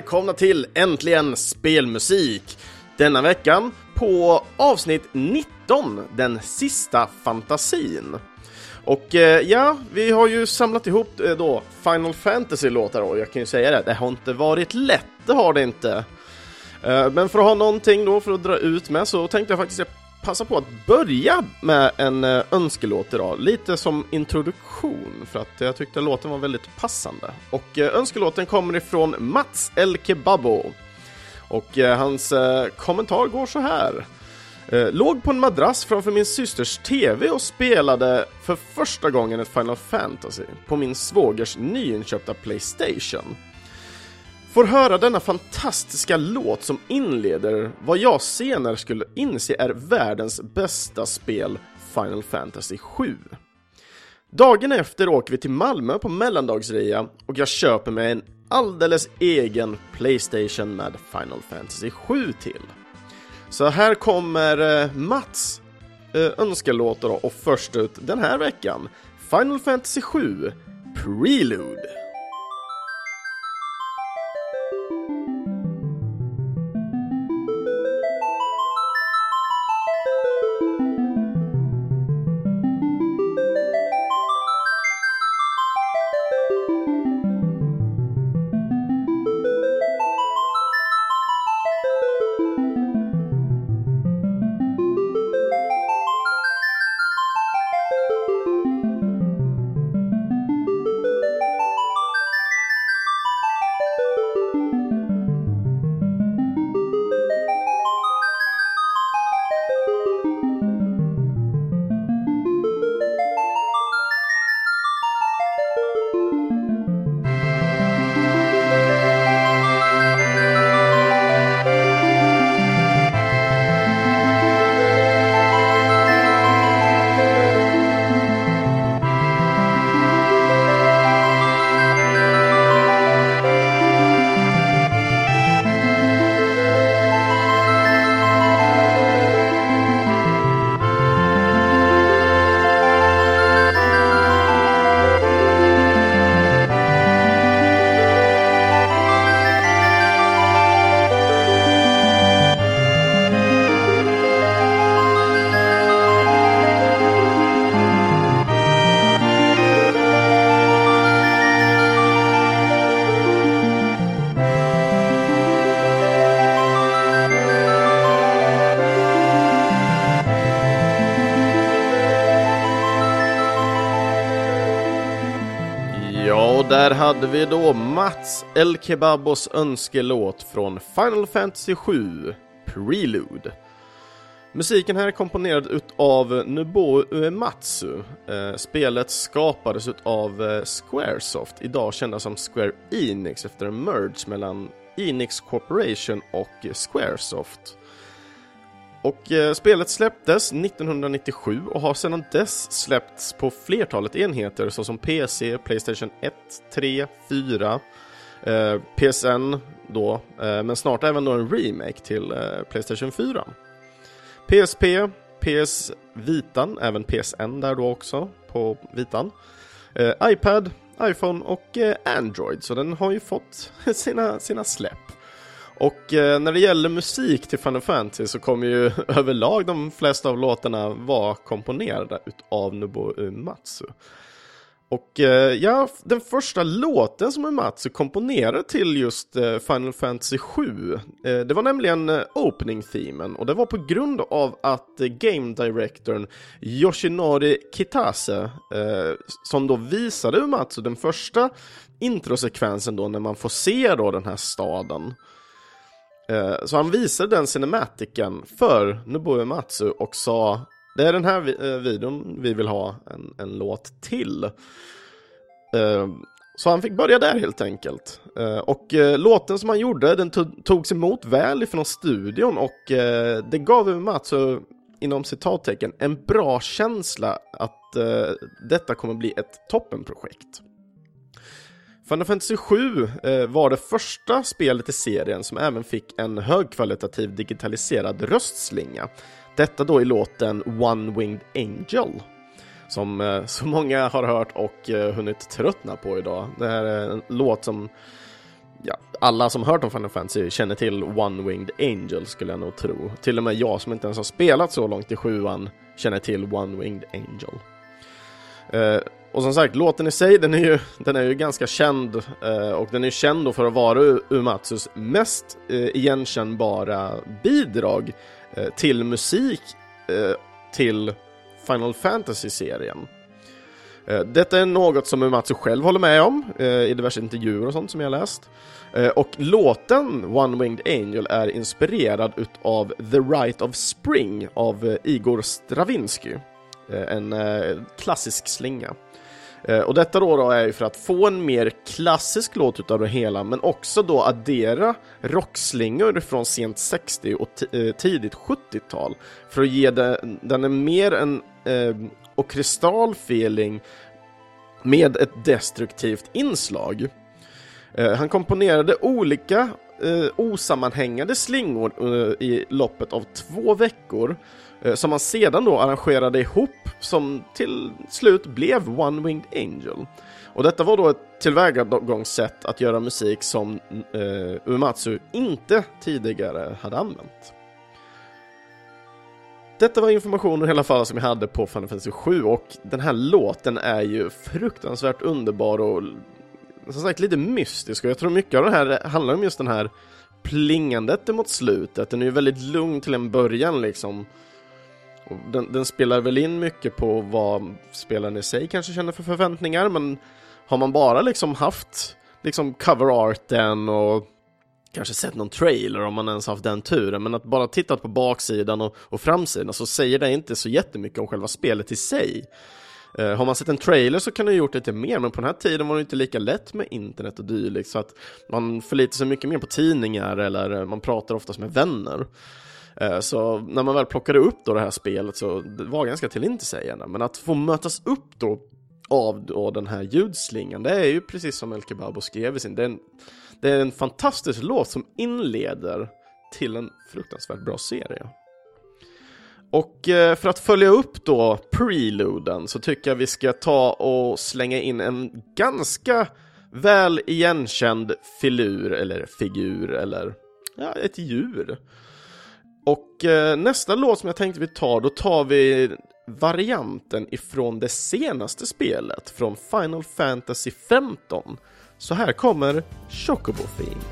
välkomna till Äntligen Spelmusik. Denna veckan på avsnitt 19, den sista fantasin. Och ja, vi har ju samlat ihop då Final Fantasy-låtar och jag kan ju säga det har inte varit lätt, det har det inte. Men för att ha någonting då för att dra ut med så tänkte jag faktiskt passa på att börja med en önskelåt idag. Lite som introduktion för att jag tyckte låten var väldigt passande. Och önskelåten kommer ifrån Mats El Kebabo. Och hans kommentar går så här. Låg på en madrass framför min systers tv och spelade för första gången ett Final Fantasy på min svågers nyinköpta PlayStation. Får höra denna fantastiska låt som inleder vad jag senare skulle inse är världens bästa spel, Final Fantasy 7. Dagen efter åker vi till Malmö på mellandagsrea och jag köper mig en alldeles egen PlayStation med Final Fantasy 7 till. Så här kommer Mats önskelåtar och först ut den här veckan, Final Fantasy 7 Prelude. Där hade vi då Mats El Kebabos önskelåt från Final Fantasy 7 Prelude. Musiken här är komponerad av Nobuo Uematsu. Spelet skapades av Squaresoft, idag kända som Square Enix efter en merge mellan Enix Corporation och Squaresoft. Och spelet släpptes 1997 och har sedan dess släppts på flertalet enheter såsom PC, PlayStation 1, 3, 4, PSN då, men snart även då en remake till PlayStation 4. PSP, PS Vitan, även PSN där då också på Vitan, iPad, iPhone och Android, så den har ju fått sina släpp. Och när det gäller musik till Final Fantasy så kommer ju överlag de flesta av låtarna vara komponerade av Nobuo Uematsu. Och ja, den första låten som Uematsu komponerade till just Final Fantasy 7, det var nämligen opening-themen. Och det var på grund av att game directorn Yoshinori Kitase, som då visade Uematsu den första introsekvensen då när man får se då den här staden. Så han visade den cinematiken för Nobuo Uematsu och sa, det är den här videon vi vill ha en låt till. Så han fick börja där helt enkelt. Och låten som han gjorde, den togs emot väl ifrån studion och det gav Uematsu inom citattecken en bra känsla att detta kommer bli ett toppenprojekt. Final Fantasy 7 var det första spelet i serien som även fick en högkvalitativ digitaliserad röstslinga. Detta då i låten One Winged Angel, som så många har hört och hunnit tröttna på idag. Det här är en låt som alla som hört om Final Fantasy känner till One-Winged Angel, skulle jag nog tro. Till och med jag som inte ens har spelat så långt i 7:an känner till One-Winged Angel. Och som sagt, låten i sig, den är ju ganska känd, och den är känd då för att vara Uematsus mest igenkännbara bidrag till musik till Final Fantasy-serien. Detta är något som Uematsu själv håller med om i diverse intervjuer och sånt som jag läst. Och låten One-Winged Angel är inspirerad av The Rite of Spring av Igor Stravinsky, en klassisk slinga. Och detta då är ju för att få en mer klassisk låt utav det hela, men också då addera rockslingor från sent 60- och tidigt 70-tal för att ge den en mer en orkestral feeling med ett destruktivt inslag. Han komponerade olika osammanhängande slingor i loppet av 2 veckor som han sedan då arrangerade ihop, som till slut blev One-Winged Angel. Och detta var då ett tillvägagångssätt att göra musik som Uematsu inte tidigare hade använt. Detta var informationen i alla fall som jag hade på Final Fantasy 7, och den här låten är ju fruktansvärt underbar och som sagt lite mystisk, och jag tror mycket av det här handlar om just den här plingandet mot slutet. Den är ju väldigt lugn till en början liksom. Och den spelar väl in mycket på vad spelaren i sig kanske känner för förväntningar, men har man bara liksom haft liksom coverarten och kanske sett någon trailer om man ens haft den turen, men att bara titta på baksidan och framsidan, så säger det inte så jättemycket om själva spelet i sig. Har man sett en trailer så kan det ha gjort lite mer, men på den här tiden var det inte lika lätt med internet och dylikt, så att man förlitar sig mycket mer på tidningar eller man pratar oftast med vänner. Så när man väl plockade upp då det här spelet så det var ganska tillintetsägande, men att få mötas upp då av då den här ljudslingan, det är ju precis som El Kebabo skrev i sin, det är en fantastisk låt som inleder till en fruktansvärt bra serie. Och för att följa upp då preluden så tycker jag vi ska ta och slänga in en ganska väl igenkänd figur eller ett djur. Och nästa låt som jag tänkte vi tar, då tar vi varianten ifrån det senaste spelet, från Final Fantasy 15. Så här kommer Chocobo Theme.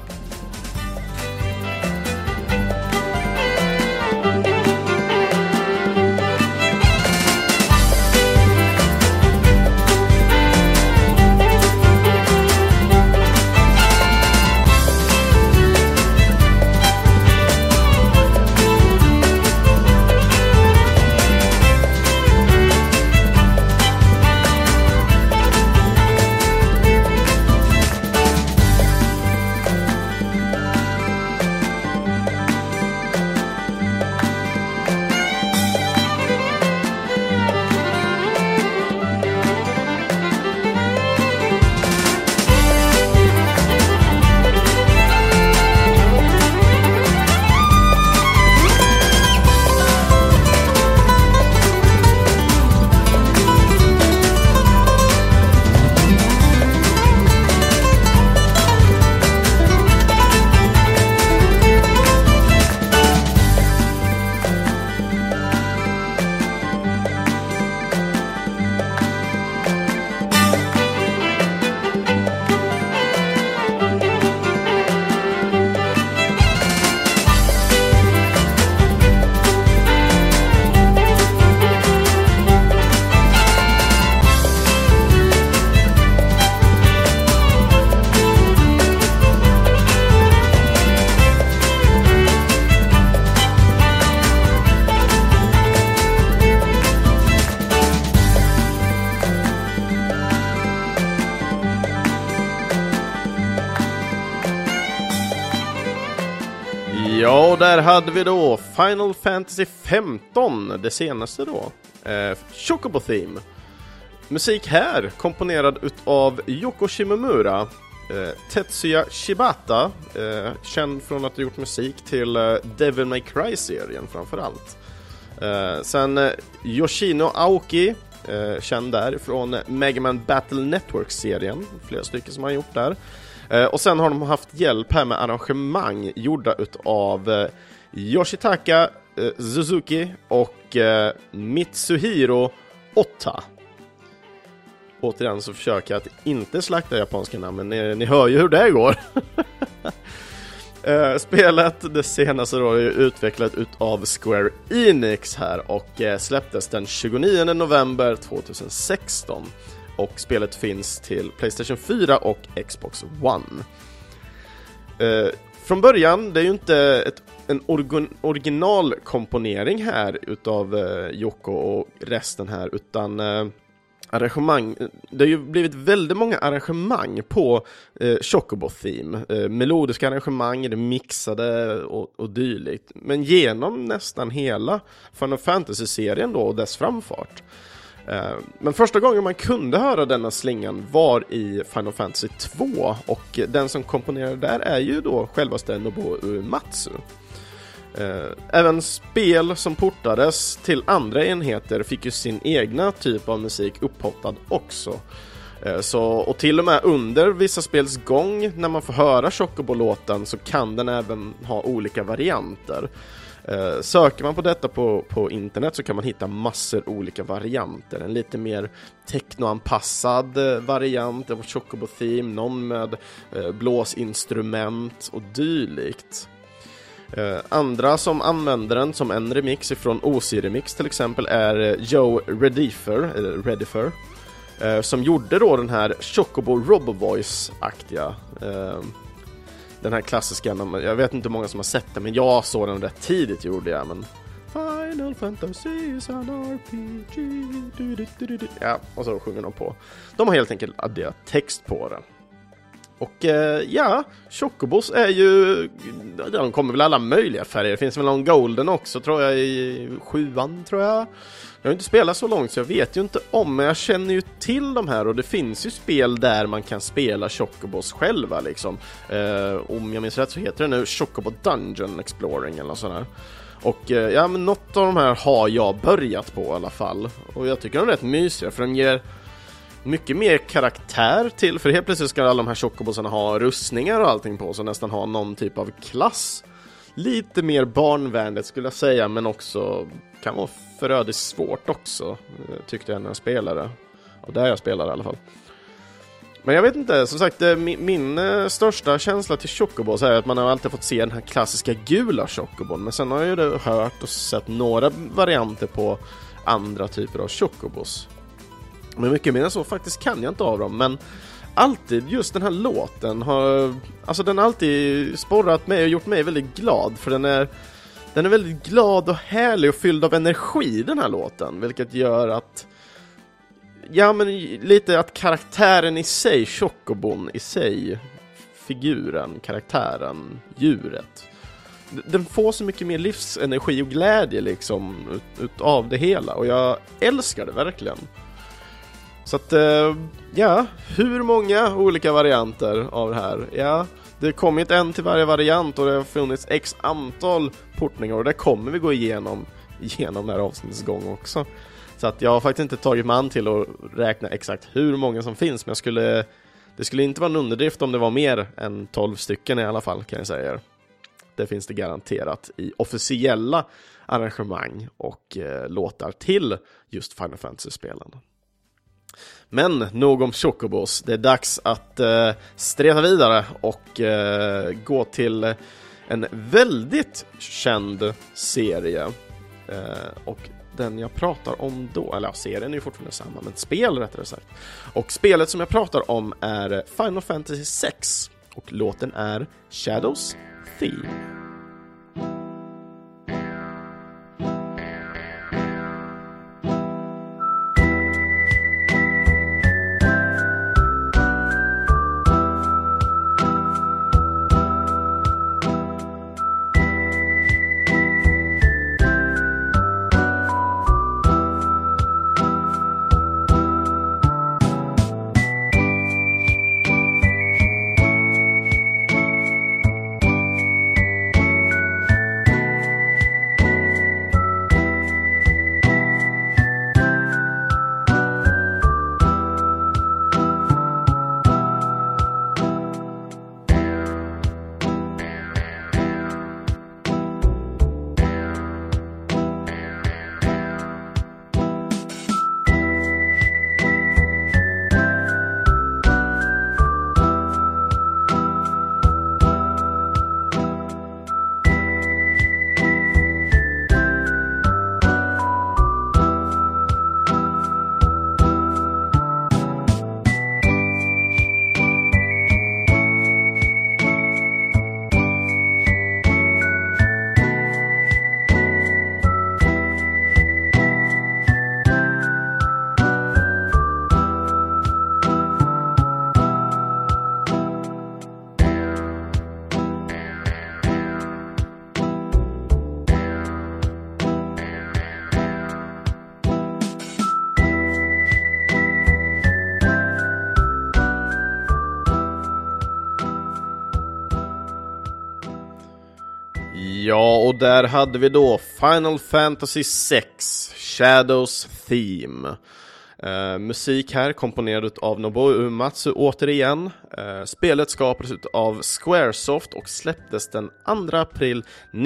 Ja, där hade vi då Final Fantasy 15, det senaste då. Chocobo Theme. Musik här komponerad utav Yoko Shimomura, Tetsuya Shibata, känd från att ha gjort musik till Devil May Cry-serien framförallt. Sen Yoshino Aoki, känd där från Mega Man Battle Network-serien, flera stycken som har gjort där. Och sen har de haft hjälp här med arrangemang gjorda utav Yoshitaka Suzuki och Mitsuhiro Ota. Återigen så försöker jag att inte slakta japanska namn, men ni hör ju hur det går. Spelet, det senaste då, är utvecklat utav Square Enix här och släpptes den 29 november 2016. Och spelet finns till PlayStation 4 och Xbox One. Från början, det är ju inte en originalkomponering här utav Yoko och resten här, utan arrangemang. Det har ju blivit väldigt många arrangemang på Chocobo-theme. Melodiska arrangemang, det mixade och dylikt. Men genom nästan hela Final Fantasy-serien då och dess framfart. Men första gången man kunde höra denna slingan var i Final Fantasy 2, och den som komponerade där är ju då självaste Nobuo Uematsu. Även spel som portades till andra enheter fick ju sin egna typ av musik upphottad också. Och till och med under vissa spels gång, när man får höra Chocobo-låten, så kan den även ha olika varianter. Söker man på detta på internet så kan man hitta massor olika varianter. En lite mer technoanpassad variant av Chocobo-theme, någon med blåsinstrument och dylikt. Andra som använder den som en remix ifrån OC Remix till exempel är Joe Redifer, som gjorde då den här Chocobo Robovoice-aktiga, den här klassiska, jag vet inte hur många som har sett den, men jag såg den rätt tidigt, gjorde jag, men Final Fantasy is an RPG. Ja, och så sjunger de på. De har helt enkelt adderat text på den. Och Chocobos är ju, de kommer väl alla möjliga färger. Det finns väl någon golden också, tror jag, i 7:an, tror jag. Jag har inte spelat så långt så jag vet ju inte om, men jag känner ju till de här, och det finns ju spel där man kan spela Chocobos själva liksom. Om jag minns rätt så heter det nu Chocobo Dungeon Exploring eller något sånt här. Och men något av de här har jag börjat på i alla fall. Och jag tycker de är rätt mysiga, för de ger mycket mer karaktär till, för helt plötsligt ska alla de här chocobosarna ha rustningar och allting på, så nästan ha någon typ av klass. Lite mer barnvänligt skulle jag säga, men också kan vara förödigt svårt också, tyckte jag när jag spelade. Och där jag spelade i alla fall. Men jag vet inte, som sagt, min största känsla till chocobos är att man har alltid fått se den här klassiska gula chocobon, men sen har jag ju hört och sett några varianter på andra typer av chocobos. Men mycket mer än så faktiskt kan jag inte av dem. Men alltid just den här låten den har alltid sporrat mig och gjort mig väldigt glad. För den är väldigt glad och härlig och fylld av energi, den här låten. Vilket gör att lite att karaktären i sig, Chocobon i sig, figuren, karaktären, djuret, den får så mycket mer livsenergi och glädje liksom utav det hela. Och jag älskar det verkligen. Så att, hur många olika varianter av det här? Ja, det har kommit en till varje variant och det har funnits x antal portningar, och det kommer vi gå igenom den här avsnittets gång också. Så att jag har faktiskt inte tagit mig an till att räkna exakt hur många som finns, men det skulle inte vara en underdrift om det var mer än 12 stycken i alla fall, kan jag säga. Det finns det garanterat i officiella arrangemang och låtar till just Final Fantasy-spelen. Men nog om Chocobos. Det är dags att streta vidare och gå till en väldigt känd serie. Och den jag pratar om då, eller serien är ju fortfarande samma, men spel rättare sagt. Och spelet som jag pratar om är Final Fantasy 6 och låten är Shadows Theme. Ja, och där hade vi då Final Fantasy 6 Shadows Theme. Musik här komponerad av Nobuo Uematsu återigen. Spelet skapades av Squaresoft och släpptes den 2 april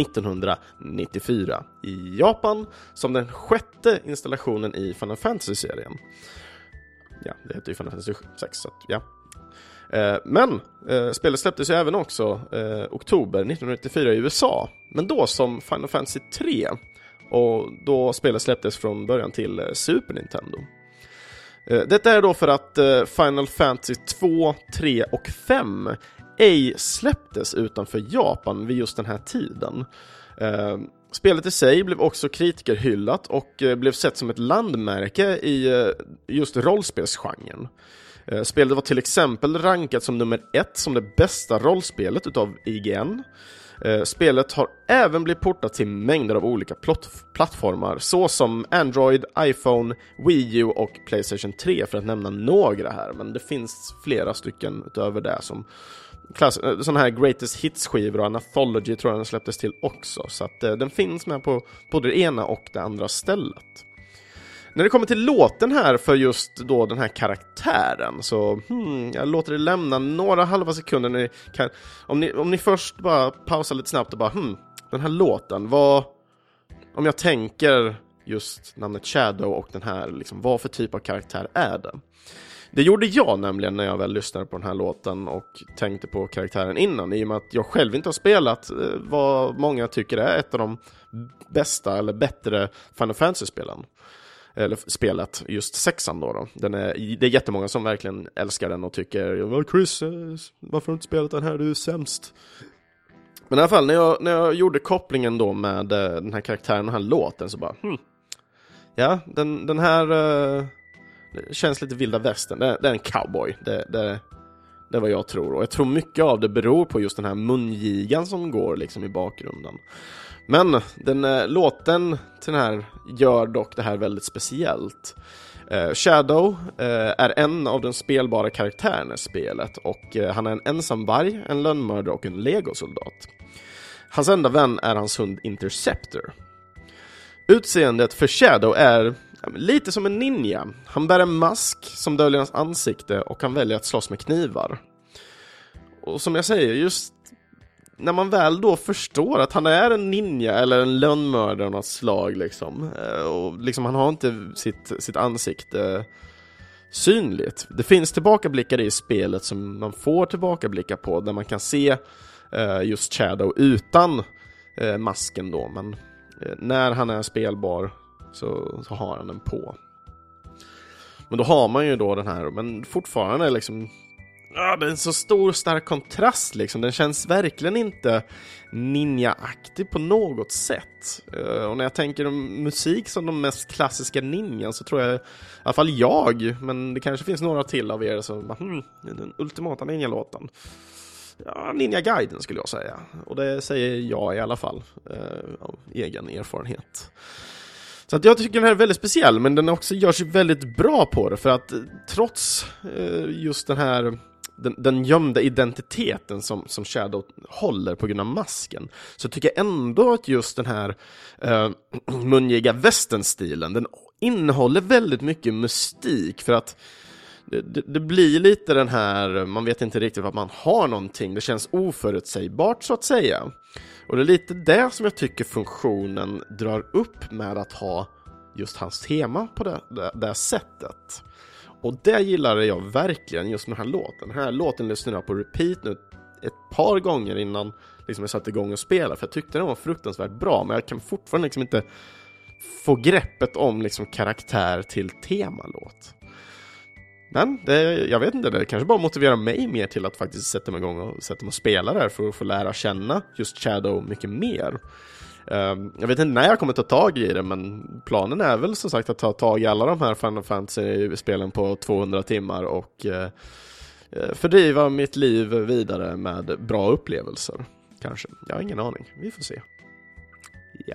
1994 i Japan som den 6:e installationen i Final Fantasy-serien. Ja, det heter ju Final Fantasy 6, så att, ja. Men spelet släpptes ju även också oktober 1994 i USA, men då som Final Fantasy 3, och då spelet släpptes från början till Super Nintendo. Detta är då för att Final Fantasy 2, 3 och 5 ej släpptes utanför Japan vid just den här tiden. Spelet i sig blev också kritikerhyllat och blev sett som ett landmärke i just rollspelsgenren. Spelet var till exempel rankat som nummer 1 som det bästa rollspelet utav IGN. Spelet har även blivit portat till mängder av olika plattformar såsom Android, iPhone, Wii U och PlayStation 3 för att nämna några här. Men det finns flera stycken utöver det som sådana här Greatest Hits-skivor och Anthology tror jag den släpptes till också. Så att den finns med på både det ena och det andra stället. När det kommer till låten här för just då den här karaktären så jag låter det lämna några halva sekunder. Om ni först bara pausar lite snabbt och bara den här låten, om jag tänker just namnet Shadow och den här, liksom, vad för typ av karaktär är det? Det gjorde jag nämligen när jag väl lyssnade på den här låten och tänkte på karaktären innan, i och med att jag själv inte har spelat vad många tycker är ett av de bästa eller bättre Final Fantasy-spelen. Eller spelet, just 6an då. Det är jättemånga som verkligen älskar den och tycker Chris, varför har du inte spelat den här? Du är sämst. Men i alla fall, när jag gjorde kopplingen då med den här karaktären och den här låten så bara ja, den här känns lite vilda västern. Det är en cowboy. Det är vad jag tror. Och jag tror mycket av det beror på just den här mungigan som går liksom i bakgrunden. Men låten till den här gör dock det här väldigt speciellt. Shadow är en av de spelbara karaktärerna i spelet och han är en ensam varg, en lönnmördare och en legosoldat. Hans enda vän är hans hund Interceptor. Utseendet för Shadow är lite som en ninja. Han bär en mask som döljer hans ansikte och han väljer att slåss med knivar. Och som jag säger, just när man väl då förstår att han är en ninja eller en lönnmördare av något slag liksom, och liksom han har inte sitt ansikte synligt. Det finns tillbakablickar i spelet som man får tillbakablicka på där man kan se just Shadow utan masken då, men när han är spelbar så har han den på. Men då har man ju då den här, men fortfarande liksom det är en så stor stark kontrast liksom. Den känns verkligen inte ninja-aktig på något sätt. Och när jag tänker om musik som de mest klassiska ninjan så tror jag, i alla fall jag, men det kanske finns några till av er som den ultimata ninja-låten. Ja, Ninja Gaiden skulle jag säga. Och det säger jag i alla fall av egen erfarenhet. Så att jag tycker den här är väldigt speciell, men den också gör sig väldigt bra på det, för att trots just den här den gömda identiteten som Shadow håller på grund av masken, så tycker jag ändå att just den här mungiga västernstilen, den innehåller väldigt mycket mystik, för att det blir lite den här, man vet inte riktigt vad man har någonting, det känns oförutsägbart så att säga. Och det är lite det som jag tycker funktionen drar upp med att ha just hans tema på det sättet. Och det gillade jag verkligen just med den här låten. Den här låten lyssnade jag på repeat nu ett par gånger innan liksom jag satte igång och spelade, för jag tyckte den var fruktansvärt bra, men jag kan fortfarande liksom inte få greppet om liksom karaktär till temalåt. Men jag vet inte, det kanske bara motiverar mig mer till att faktiskt sätta mig igång och spela där för att få lära känna just Shadow mycket mer. Jag vet inte när jag kommer ta tag i det, men planen är väl som sagt att ta tag i alla de här Final Fantasy-spelen på 200 timmar och fördriva mitt liv vidare med bra upplevelser. Kanske, jag har ingen aning, vi får se. Ja.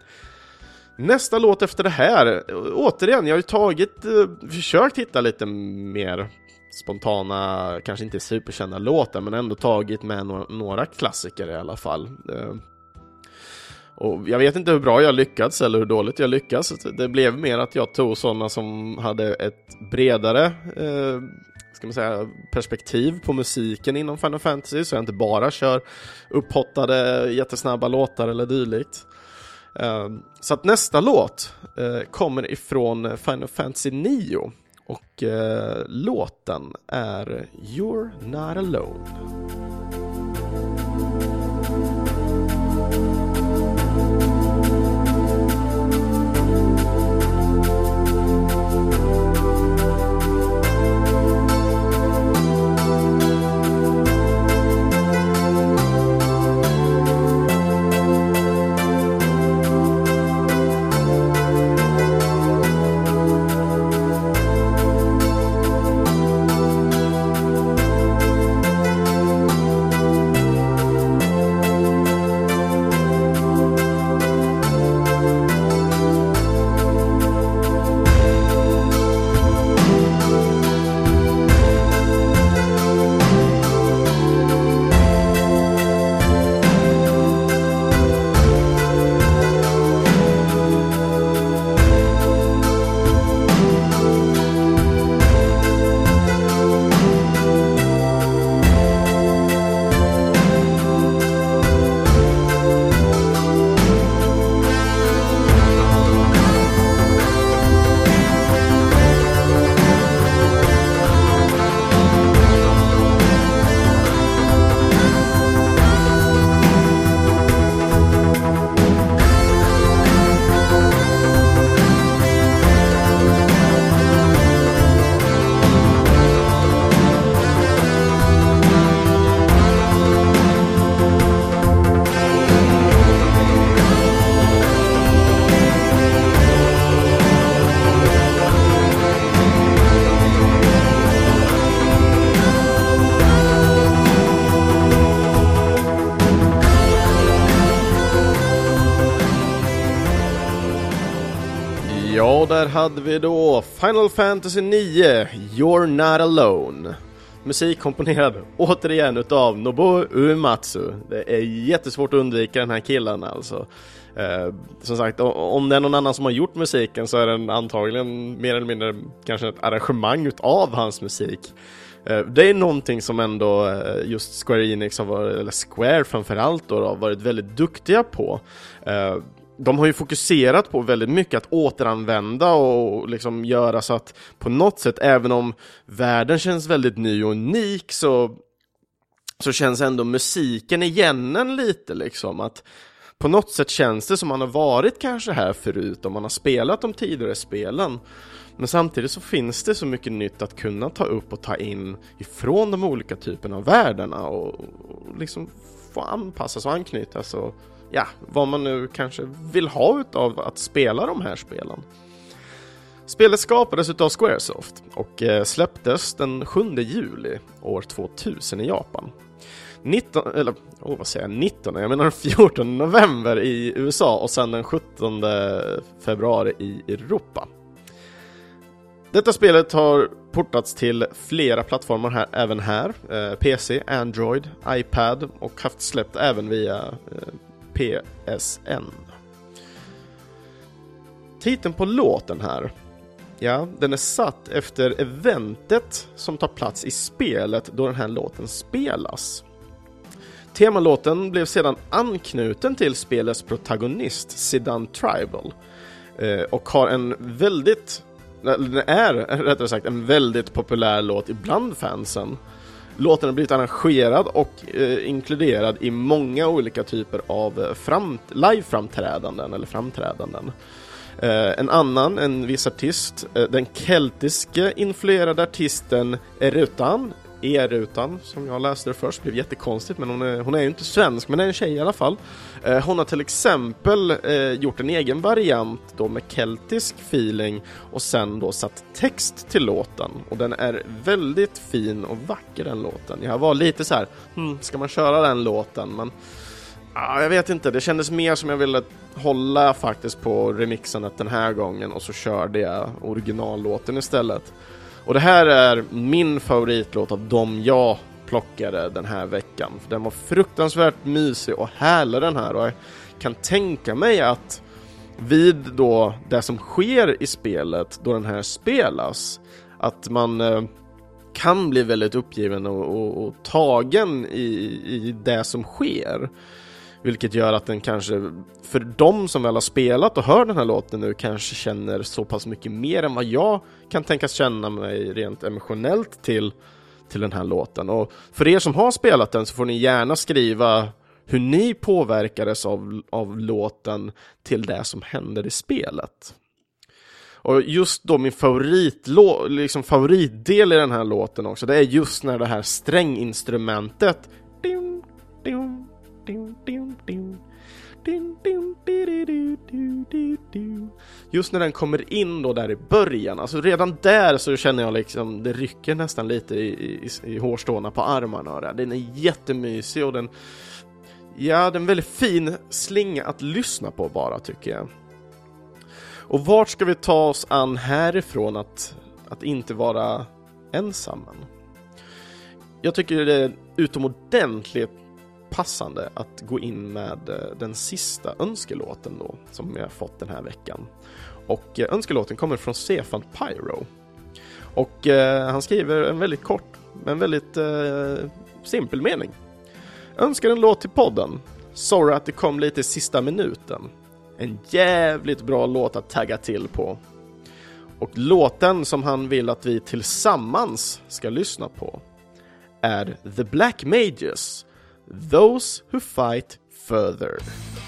Nästa låt efter det här, återigen, jag har ju försökt hitta lite mer spontana, kanske inte superkända låtar, men ändå tagit med några klassiker i alla fall. Och jag vet inte hur bra jag lyckats eller hur dåligt jag lyckats. Det blev mer att jag tog sådana som hade ett bredare ska man säga, perspektiv på musiken inom Final Fantasy, så jag inte bara kör upphottade jättesnabba låtar eller dylikt. Så att nästa låt kommer ifrån Final Fantasy 9 och låten är You're Not Alone. Ja, där hade vi då Final Fantasy 9, You're Not Alone. Musik komponerad återigen utav Nobuo Uematsu. Det är jättesvårt att undvika den här killen alltså. Som sagt, om det är någon annan som har gjort musiken så är den antagligen mer eller mindre kanske ett arrangemang utav hans musik. Det är någonting som ändå just Square Enix har varit, eller Square framförallt då, har varit väldigt duktiga på. De har ju fokuserat på väldigt mycket att återanvända och liksom göra så att på något sätt, även om världen känns väldigt ny och unik, så känns ändå musiken igen en lite liksom, att på något sätt känns det som man har varit kanske här förut om man har spelat de tidigare spelen. Men samtidigt så finns det så mycket nytt att kunna ta upp och ta in ifrån de olika typerna av världarna och liksom få anpassas och anknytas och ja, vad man nu kanske vill ha utav att spela de här spelen. Spelet skapades utav Squaresoft och släpptes den 7 juli år 2000 i Japan. 14 november i USA och sen den 17 februari i Europa. Detta spelet har portats till flera plattformar här, även här. PC, Android, iPad och haft släppt även via PSN. Titeln på låten här, ja, den är satt efter eventet som tar plats i spelet då den här låten spelas. Temalåten blev sedan anknuten till spelets protagonist Sedan Tribal och har en väldigt populär låt ibland fansen. Låten har blivit arrangerad och inkluderad i många olika typer av live-framträdanden eller framträdanden. En viss artist, den keltiske influerade artisten Erutan, som jag läste det först, blev jättekonstigt, men hon är ju inte svensk, men är en tjej i alla fall. Hon har till exempel gjort en egen variant då med keltisk feeling och sen då satt text till låten, och den är väldigt fin och vacker, den låten. Jag var lite så här, ska man köra den låten? Men jag vet inte, det kändes mer som jag ville hålla faktiskt på remixandet den här gången, och så körde jag originallåten istället. Och det här är min favoritlåt av dem jag plockade den här veckan. För den var fruktansvärt mysig och härlig den här. Och jag kan tänka mig att vid då det som sker i spelet, då den här spelas, att man kan bli väldigt uppgiven och tagen i det som sker. Vilket gör att den kanske, för de som väl har spelat och hör den här låten nu, kanske känner så pass mycket mer än vad jag kan tänkas känna mig rent emotionellt till den här låten. Och för er som har spelat den så får ni gärna skriva hur ni påverkades av låten till det som händer i spelet. Och just då min favoritdel i den här låten också, det är just när det här stränginstrumentet just när den kommer in då där i början, alltså redan där så känner jag liksom, det rycker nästan lite i hårstråna på armarna och där. Den är jättemysig och den är en väldigt fin slinga att lyssna på bara, tycker jag. Och vart ska vi ta oss an härifrån att inte vara ensamma? Jag tycker det är utomordentligt passande att gå in med den sista önskelåten då, som jag har fått den här veckan. Och önskelåten kommer från Stefan Pyro. Och han skriver en väldigt kort men väldigt simpel mening. Önskar en låt till podden. Sorry att det kom lite i sista minuten. En jävligt bra låt att tagga till på. Och låten som han vill att vi tillsammans ska lyssna på är The Black Mages, Those Who Fight Further.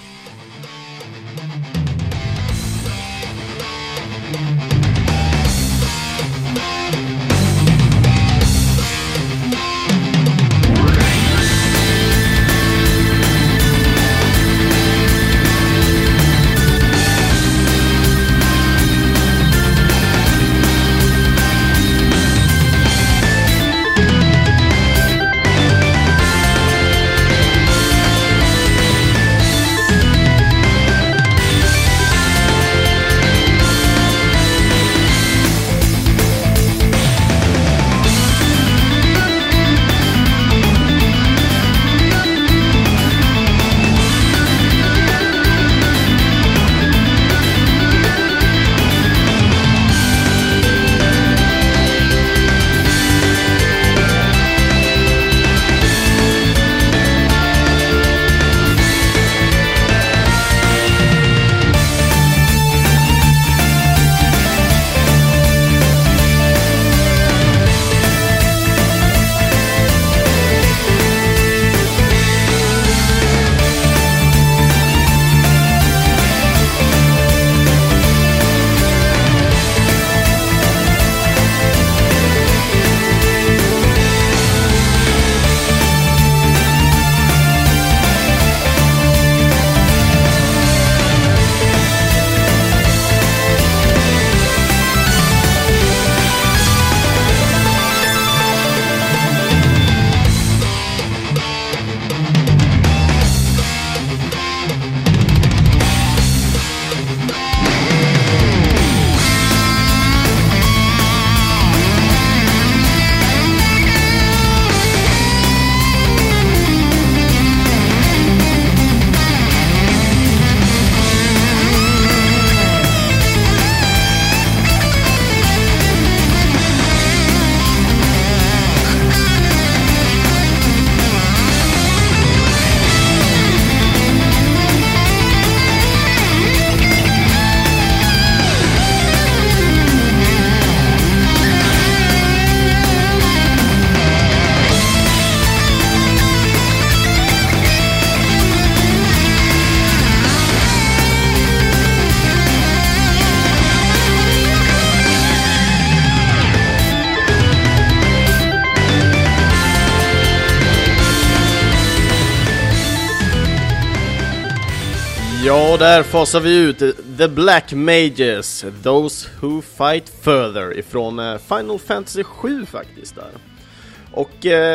Ja, där fasar vi ut The Black Mages, Those Who Fight Further ifrån Final Fantasy 7 faktiskt där. Och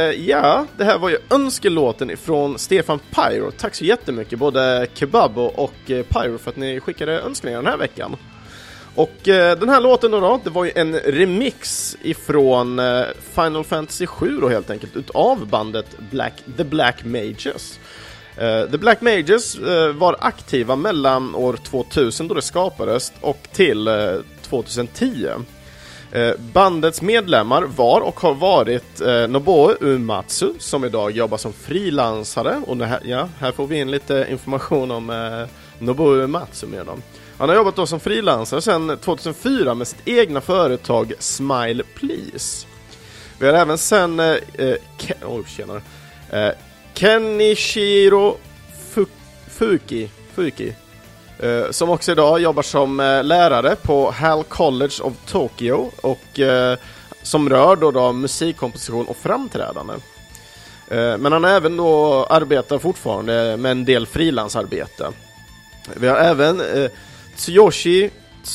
ja, det här var ju önskelåten ifrån Stefan Pyro. Tack så jättemycket både Kebab och Pyro för att ni skickade önskningar den här veckan. Och den här låten då, det var ju en remix ifrån Final Fantasy 7 då helt enkelt, utav bandet The Black Mages. The Black Mages var aktiva mellan år 2000 då det skapades och till 2010. Bandets medlemmar var och har varit Nobuo Uematsu, som idag jobbar som frilansare. Och här får vi in lite information om Nobuo Uematsu med dem. Han har jobbat då som frilansare sedan 2004 med sitt egna företag Smile Please. Vi har även sen Kenichiro Fuki som också idag jobbar som lärare på HAL College of Tokyo och som rör då musikkomposition och framträdande. Men han har även då arbetar fortfarande med en del frilansarbete. Vi har även Tsuyoshi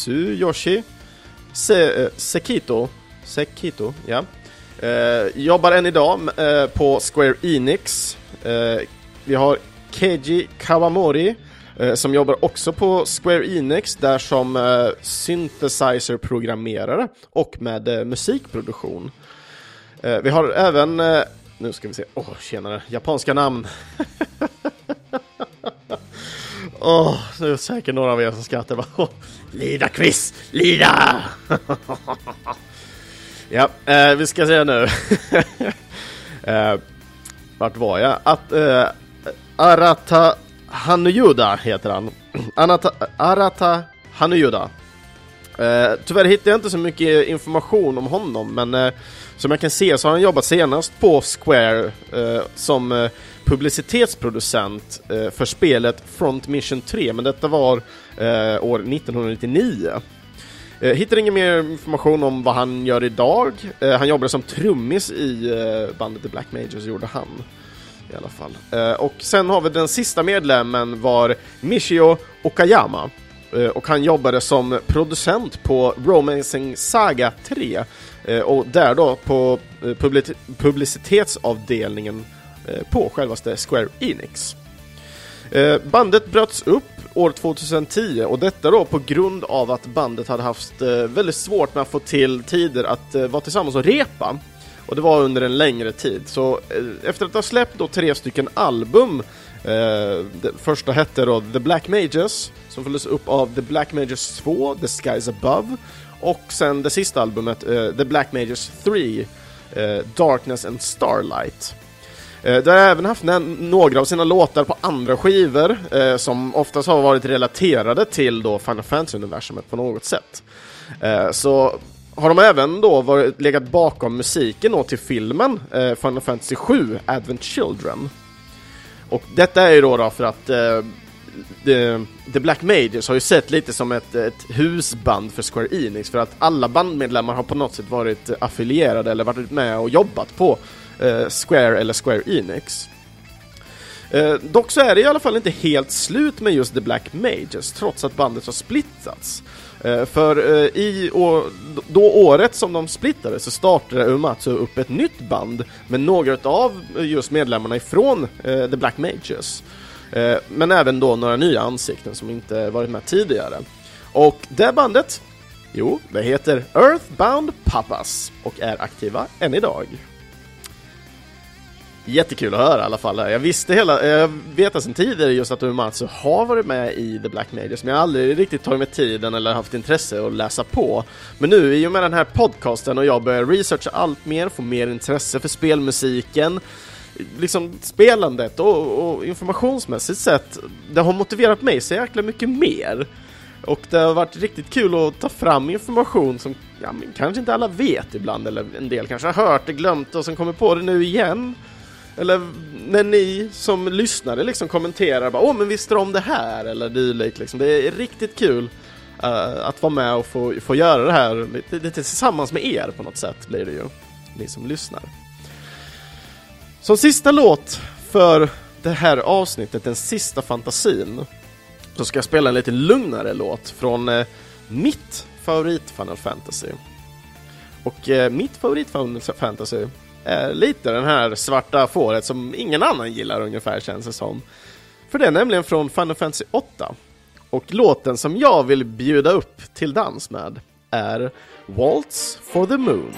Sekito, ja. Jobbar än idag på Square Enix. Vi har Keiji Kawamori som jobbar också på Square Enix där som synthesizer-programmerare och med musikproduktion. Vi har även nu ska vi se, tjenare, japanska namn. Nu är det säkert några av er som skrattar. Lida quiz, Lida! Ja, vi ska se nu. Vart var jag? Arata Hanuyuda heter han. Arata Hanuyuda. Tyvärr hittar jag inte så mycket information om honom, men som jag kan se så har han jobbat senast på Square som publicitetsproducent för spelet Front Mission 3, men detta var år 1999. Hittar ingen mer information om vad han gör idag. Han jobbade som trummis i bandet The Black Mages, gjorde han i alla fall. Och sen har vi den sista medlemmen var Michio Okayama. Och han jobbade som producent på Romancing Saga 3 och där då på publicitetsavdelningen på självaste Square Enix. Bandet bröts upp år 2010 och detta då på grund av att bandet hade haft väldigt svårt med att få till tider att vara tillsammans och repa. Och det var under en längre tid. Så efter att ha släppt då 3 stycken album, det första hette då The Black Mages, som följdes upp av The Black Mages 2, The Skies Above, och sen det sista albumet The Black Mages 3, Darkness and Starlight. Det har även haft några av sina låtar på andra skivor som oftast har varit relaterade till då Final Fantasy-universumet på något sätt. Så har de även då legat bakom musiken då till filmen Final Fantasy 7 Advent Children. Och detta är ju då för att The Black Mages har ju sett lite som ett husband för Square Enix, för att alla bandmedlemmar har på något sätt varit affilierade eller varit med och jobbat på Square eller Square Enix. Dock så är det i alla fall inte helt slut med just The Black Mages, trots att bandet har splittats. För året som de splittade så startade Uematsu upp ett nytt band med några av just medlemmarna ifrån The Black Mages. Men även då några nya ansikten som inte varit med tidigare. Och det bandet, det heter Earthbound Papas och är aktiva än idag. Jättekul att höra i alla fall. Jag vet sedan tidigare just att Uematsu har varit med i The Black Mages, men jag har aldrig riktigt tagit med tiden eller haft intresse att läsa på. Men nu i och med den här podcasten och jag börjar researcha allt mer, få mer intresse för spelmusiken, liksom spelandet och informationsmässigt sett, det har motiverat mig så jäkla mycket mer. Och det har varit riktigt kul att ta fram information som kanske inte alla vet ibland, eller en del kanske har hört det, glömt och sen kommer på det nu igen. Eller när ni som lyssnare liksom kommenterar bara, men visste om det här eller dylikt liksom. Det är riktigt kul att vara med och få göra det här lite tillsammans med er på något sätt blir det ju, ni som lyssnar. Som sista låt för det här avsnittet, den sista fantasin, så ska jag spela en lite lugnare låt från mitt favorit Final Fantasy. Och mitt favorit Final Fantasy är lite den här svarta fåret som ingen annan gillar ungefär, känns det som. För det är nämligen från Final Fantasy 8. Och låten som jag vill bjuda upp till dans med är Waltz for the Moon.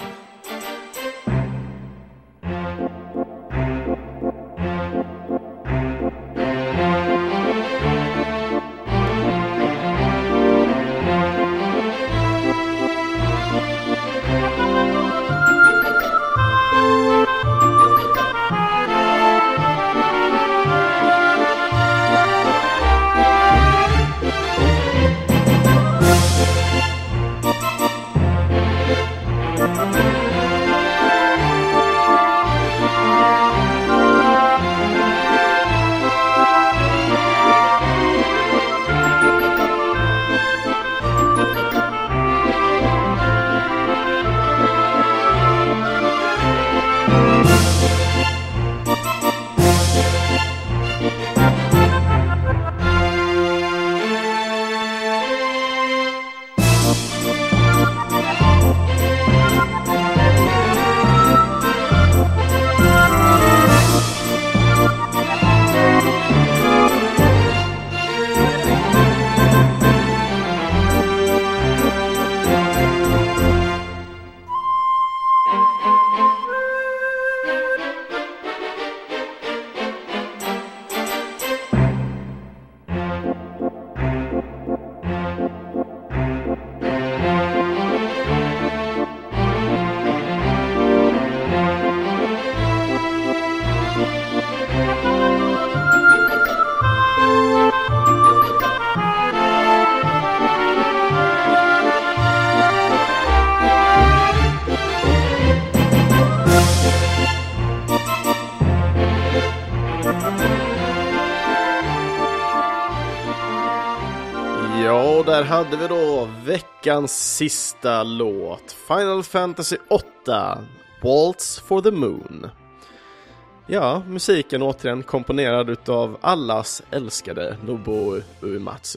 där hade vi då veckans sista låt, Final Fantasy 8, Waltz for the Moon. Ja, musiken återigen komponerad utav allas älskade Nobuo Uematsu.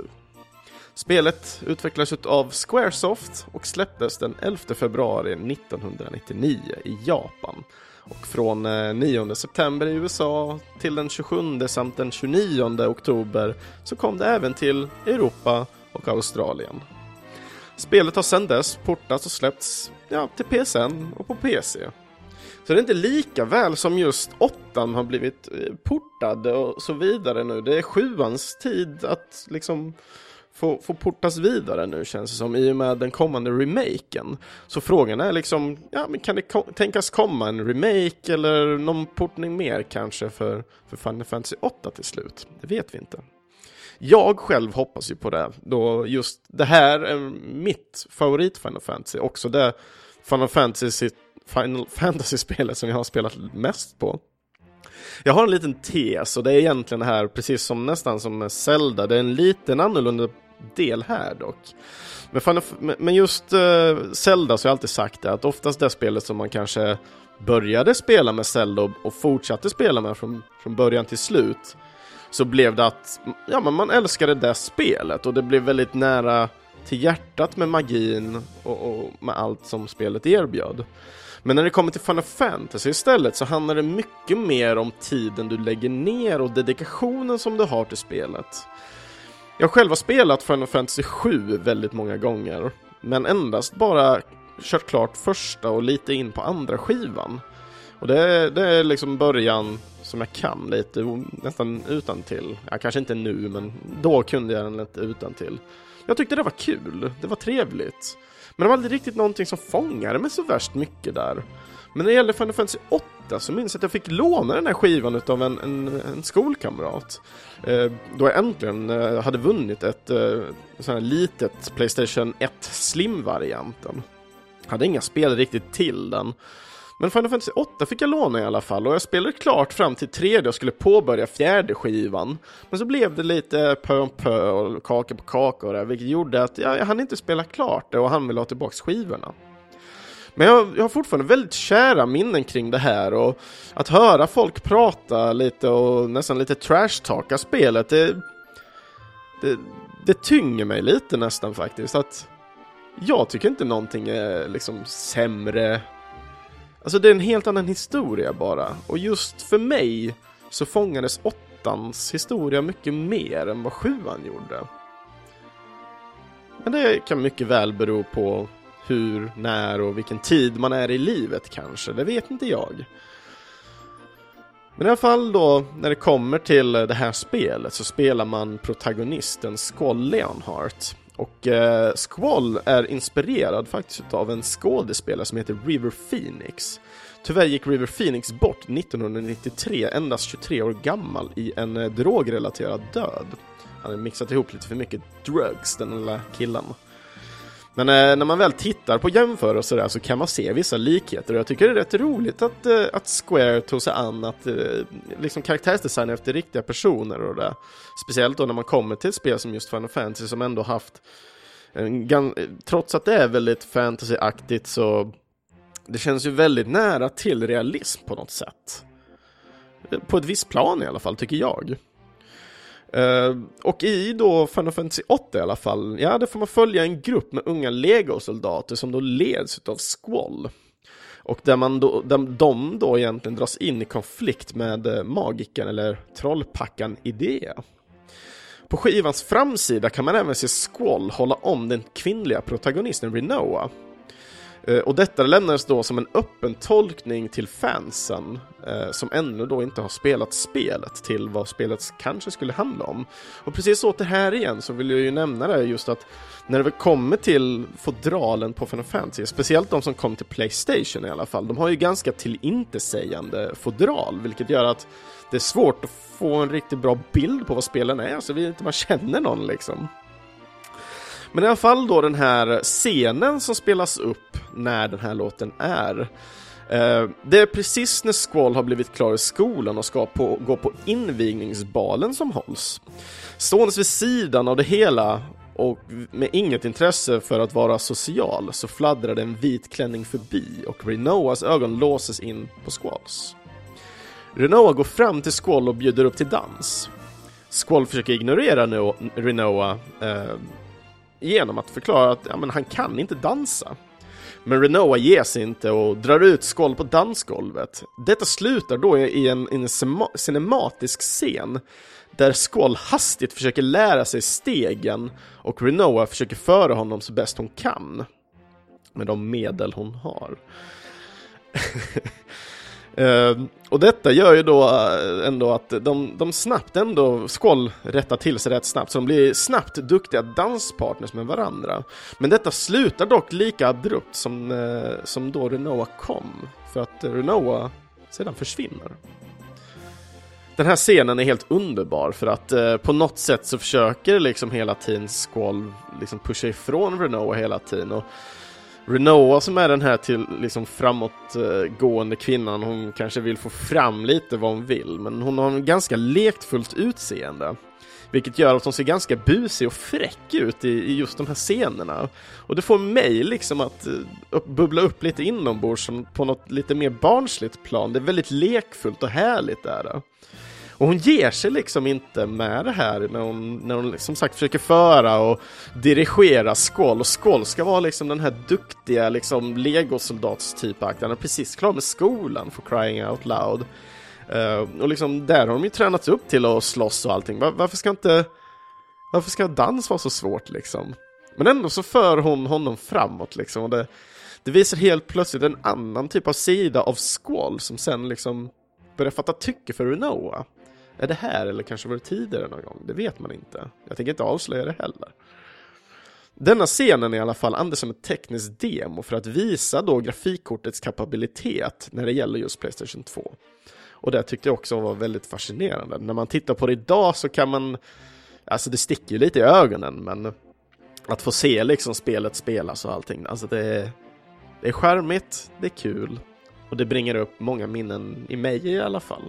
Spelet utvecklades av Squaresoft och släpptes den 11 februari 1999 i Japan. Och från 9 september i USA till den 27 samt den 29 oktober så kom det även till Europa och Australien. Spelet har sedan dess portats och släppts till PSN och på PC. Så det är inte lika väl som just 8 har blivit portad och så vidare nu. Det är 7:ans tid att liksom få portas vidare nu, känns det som, i och med den kommande remaken. Så frågan är liksom, men kan det tänkas komma en remake eller någon portning mer kanske för Final Fantasy 8 till slut? Det vet vi inte. Jag själv hoppas ju på det, då just det här är mitt favorit Final Fantasy, också det Final Fantasy-spelet som jag har spelat mest på. Jag har en liten tes och det är egentligen det här, precis som nästan som Zelda, det är en liten annorlunda del här dock. Men just Zelda så har jag alltid sagt det, att oftast det spelet som man kanske började spela med Zelda och fortsatte spela med från början till slut, så blev det att men man älskade det spelet och det blev väldigt nära till hjärtat med magin och med allt som spelet erbjöd. Men när det kommer till Final Fantasy istället så handlar det mycket mer om tiden du lägger ner och dedikationen som du har till spelet. Jag själv har spelat Final Fantasy 7 väldigt många gånger, men endast bara kört klart första och lite in på andra skivan. Och det är liksom början som jag kan lite, nästan utantill. Kanske inte nu, men då kunde jag den lite utantill. Jag tyckte det var kul, det var trevligt. Men det var aldrig riktigt någonting som fångade mig så värst mycket där. Men när det gäller Final Fantasy 8 så minns jag att jag fick låna den här skivan utav en skolkamrat. Då jag äntligen hade vunnit ett sån här litet PlayStation 1 Slim-varianten. Hade inga spel riktigt till den. Men Final Fantasy 8 fick jag låna i alla fall, och jag spelade klart fram till 3D och skulle påbörja 4:e skivan. Men så blev det lite pö om pö och kaka på kaka och det, vilket gjorde att jag hann inte spela klart det och han ville ha tillbaka skivorna. Men jag har fortfarande väldigt kära minnen kring det här, och att höra folk prata lite och nästan lite trash-talka spelet, det tynger mig lite nästan faktiskt. Att jag tycker inte någonting är liksom sämre. Alltså det är en helt annan historia bara. Och just för mig så fångades 8:ans historia mycket mer än vad 7:an gjorde. Men det kan mycket väl bero på hur, när och vilken tid man är i livet kanske. Det vet inte jag. Men i alla fall då, när det kommer till det här spelet så spelar man protagonisten Squall Leonhart. Och Squall är inspirerad faktiskt av en skådespelare som heter River Phoenix. Tyvärr gick River Phoenix bort 1993, endast 23 år gammal, i en drogrelaterad död. Han hade mixat ihop lite för mycket drugs, den lilla killen. Men när man väl tittar på jämförelser där så kan man se vissa likheter. Och jag tycker det är rätt roligt att Square tog sig an att liksom karaktärsdesign efter riktiga personer och det. Speciellt då när man kommer till ett spel som just Final Fantasy, som ändå haft trots att det är väldigt fantasyaktigt, så det känns ju väldigt nära till realism på något sätt. På ett visst plan i alla fall, tycker jag. Och i då Final Fantasy 8 i alla fall, det får man följa en grupp med unga Lego-soldater som då leds av Squall. Och där de då egentligen dras in i konflikt med magiken eller trollpackan Idea. På skivans framsida kan man även se Squall hålla om den kvinnliga protagonisten Rinoa. Och detta lämnades då som en öppen tolkning till fansen som ännu då inte har spelat spelet, till vad spelet kanske skulle handla om. Och precis så till här igen så vill jag ju nämna det, just att när det kommer till fodralen på Final Fantasy, speciellt de som kom till PlayStation i alla fall, de har ju ganska tillintetsägande fodral, vilket gör att det är svårt att få en riktigt bra bild på vad spelen är, så vi inte man känner någon liksom. Men i alla fall då den här scenen som spelas upp när den här låten är. Det är precis när Squall har blivit klar i skolan och ska gå på invigningsbalen som hålls. Stående vid sidan av det hela och med inget intresse för att vara social så fladdrade en vit klänning förbi och Rinoas ögon låses in på Squalls. Rinoa går fram till Squall och bjuder upp till dans. Squall försöker ignorera Rinoa genom att förklara att han kan inte dansa. Men Rinoa ger sig inte och drar ut Squall på dansgolvet. Detta slutar då i en cinematisk scen där Squall hastigt försöker lära sig stegen och Rinoa försöker föra honom så bäst hon kan med de medel hon har. Och detta gör ju då ändå att de snabbt ändå Squall rättar till sig rätt snabbt, så de blir snabbt duktiga danspartners med varandra. Men detta slutar dock lika abrupt som då Rinoa kom, för att Rinoa sedan försvinner. Den här scenen är helt underbar för att på något sätt så försöker liksom hela tiden Squall liksom pusha ifrån Rinoa hela tiden, och Rinoa som är den här till liksom framåtgående kvinnan, hon kanske vill få fram lite vad hon vill, men hon har en ganska lektfullt utseende, vilket gör att hon ser ganska busig och fräck ut i just de här scenerna. Och det får mig liksom att bubbla upp lite inombords som på något lite mer barnsligt plan. Det är väldigt lekfullt och härligt där. Och hon ger sig liksom inte med det här när hon som sagt försöker föra och dirigera Squall. Och Squall ska vara liksom den här duktiga liksom legosoldatstypakten. Han är precis klar med skolan för crying out loud. Och liksom där har de ju tränats upp till att slåss och allting. Varför ska dans vara så svårt liksom? Men ändå så för hon honom framåt liksom. Och det visar helt plötsligt en annan typ av sida av Squall som sen liksom börjar fatta tycke för Rinoa. Är det här eller kanske var det tidigare någon gång? Det vet man inte. Jag tänker inte avslöja det heller. Denna scenen i alla fall används som ett tekniskt demo för att visa då grafikkortets kapabilitet när det gäller just PlayStation 2. Och det tyckte jag också var väldigt fascinerande. När man tittar på det idag så kan man, alltså det sticker ju lite i ögonen, men att få se liksom spelet spelas och allting, alltså det är charmigt, det är kul och det bringar upp många minnen i mig i alla fall.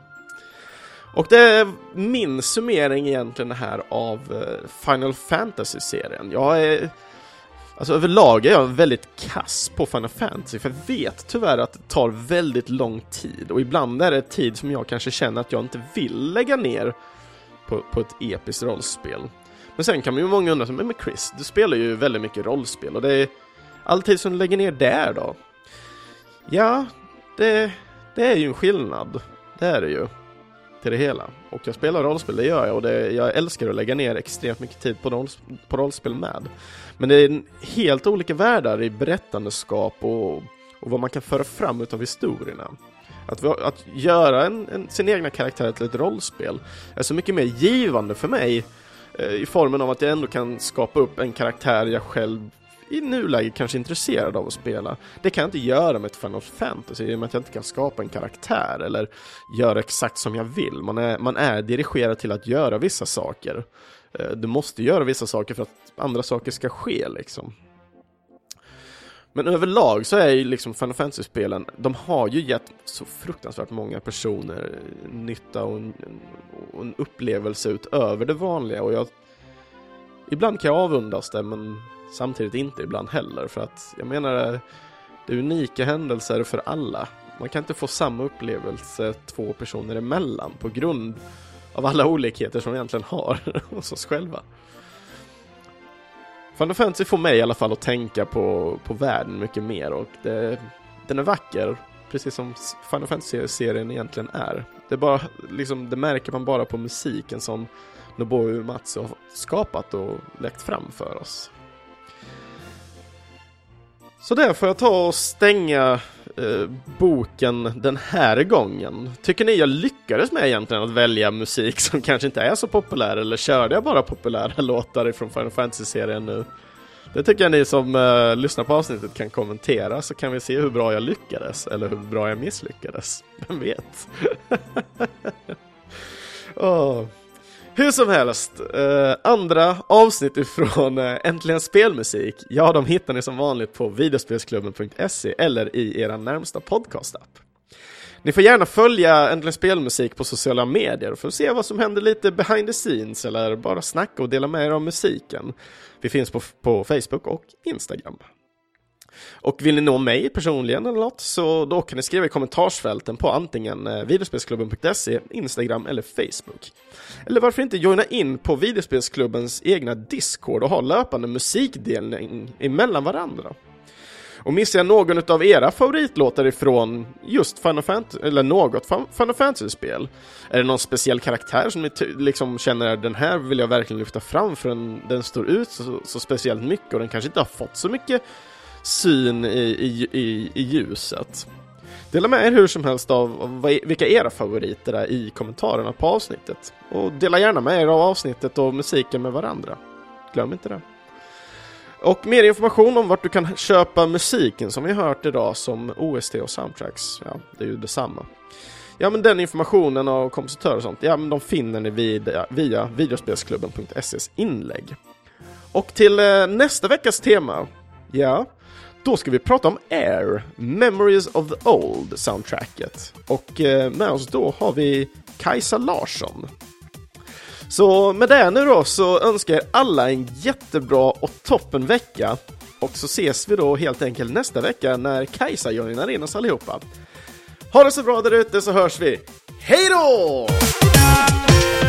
Och det är min summering egentligen här av Final Fantasy-serien. Alltså överlag är jag väldigt kass på Final Fantasy, för jag vet tyvärr att det tar väldigt lång tid. Och ibland är det tid som jag kanske känner att jag inte vill lägga ner på ett episkt rollspel. Men sen kan man ju många undra, men Chris, du spelar ju väldigt mycket rollspel och det är alltid som du lägger ner där då. Ja, det är ju en skillnad. Det är det ju. Till det hela. Och jag spelar rollspel, det gör jag. Och jag älskar att lägga ner extremt mycket tid på rollspel med. Men det är helt olika världar i berättandeskap och vad man kan föra fram utav historierna. Att göra sin egna karaktär till ett rollspel är så mycket mer givande för mig i formen av att jag ändå kan skapa upp en karaktär jag själv i nuläget kanske är intresserad av att spela. Det kan jag inte göra med ett Final Fantasy i och med att jag inte kan skapa en karaktär eller göra exakt som jag vill. Man är dirigerad till att göra vissa saker. Du måste göra vissa saker för att andra saker ska ske liksom. Men överlag så är ju liksom Final Fantasy-spelen, de har ju gett så fruktansvärt många personer nytta och en upplevelse utöver det vanliga. Och ibland kan jag avundas det, men samtidigt inte ibland heller. För att jag menar, det är unika händelser för alla. Man kan inte få samma upplevelse två personer emellan på grund av alla olikheter som vi egentligen har hos oss själva. Final Fantasy får mig i alla fall att tänka på världen mycket mer, och den är vacker, precis som Final Fantasy-serien egentligen är. Det är bara, liksom, det märker man bara på musiken som Nobuo Uematsu har skapat och läckt fram för oss. Så där får jag ta och stänga boken den här gången. Tycker ni jag lyckades med egentligen att välja musik som kanske inte är så populär, eller körde jag bara populära låtar från Final Fantasy-serien nu? Det tycker jag ni som lyssnar på avsnittet kan kommentera, så kan vi se hur bra jag lyckades eller hur bra jag misslyckades. Vem vet? Hur som helst, andra avsnitt ifrån Äntligen Spelmusik, ja, de hittar ni som vanligt på videospelsklubben.se eller i era närmsta podcastapp. Ni får gärna följa Äntligen Spelmusik på sociala medier för att se vad som händer lite behind the scenes eller bara snacka och dela med er av musiken. Vi finns på Facebook och Instagram. Och vill ni nå mig personligen eller något, så då kan ni skriva i kommentarsfälten på antingen videospelsklubben.se, Instagram eller Facebook. Eller varför inte joina in på videospelsklubbens egna Discord och ha löpande musikdelning emellan varandra. Och missar jag någon av era favoritlåtar ifrån just Final Fantasy, eller något Final Fantasy-spel? Är det någon speciell karaktär som ni liksom känner den här vill jag verkligen lyfta fram för den står ut så speciellt mycket och den kanske inte har fått så mycket syn i ljuset? Dela med er hur som helst av vilka era favoriter är i kommentarerna på avsnittet. Och dela gärna med er av avsnittet och musiken med varandra. Glöm inte det. Och mer information om vart du kan köpa musiken som vi har hört idag som OST och soundtracks. Ja, det är ju detsamma. Ja, men den informationen och kompositörer och sånt, ja, men de finner ni via videospelsklubben.ses inlägg. Och till nästa veckas tema, ja, då ska vi prata om Air, Memories of the Old soundtracket. Och med oss då har vi Kajsa Larsson. Så med det nu då så önskar jag alla en jättebra och toppen vecka. Och så ses vi då helt enkelt nästa vecka när Kajsa joinar in oss allihopa. Ha det så bra där ute så hörs vi. Hej då!